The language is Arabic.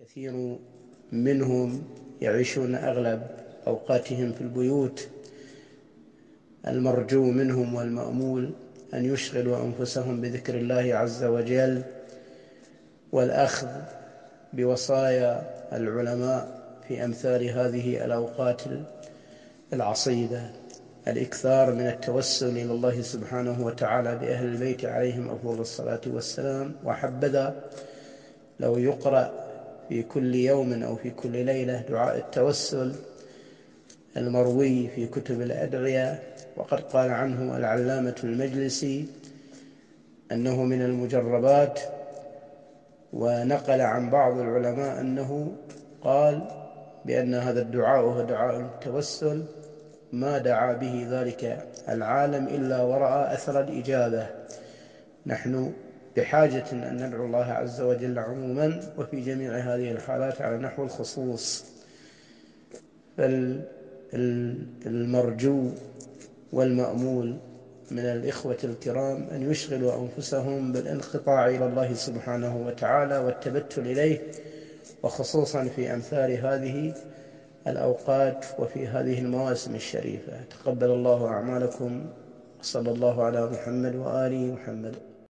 كثير منهم يعيشون أغلب أوقاتهم في البيوت. المرجو منهم والمأمول أن يشغلوا أنفسهم بذكر الله عز وجل والأخذ بوصايا العلماء في أمثال هذه الأوقات العصيبة، الإكثار من التوسل إلى الله سبحانه وتعالى بأهل البيت عليهم أفضل الصلاة والسلام. وحبذا لو يقرأ في كل يوم أو في كل ليلة دعاء التوسل المروي في كتب الأدعية، وقد قال عنه العلامة المجلسي أنه من المجربات، ونقل عن بعض العلماء أنه قال بأن هذا الدعاء هو دعاء التوسل ما دعا به ذلك العالم إلا ورأى أثر الإجابة. نحن بحاجة أن ندعو الله عز وجل عموما وفي جميع هذه الحالات على نحو الخصوص. فالمرجو والمأمول من الإخوة الكرام أن يشغلوا أنفسهم بالانقطاع إلى الله سبحانه وتعالى والتبتل إليه، وخصوصا في أمثال هذه الأوقات وفي هذه المواسم الشريفة. تقبل الله أعمالكم، صلى الله على محمد وآله محمد.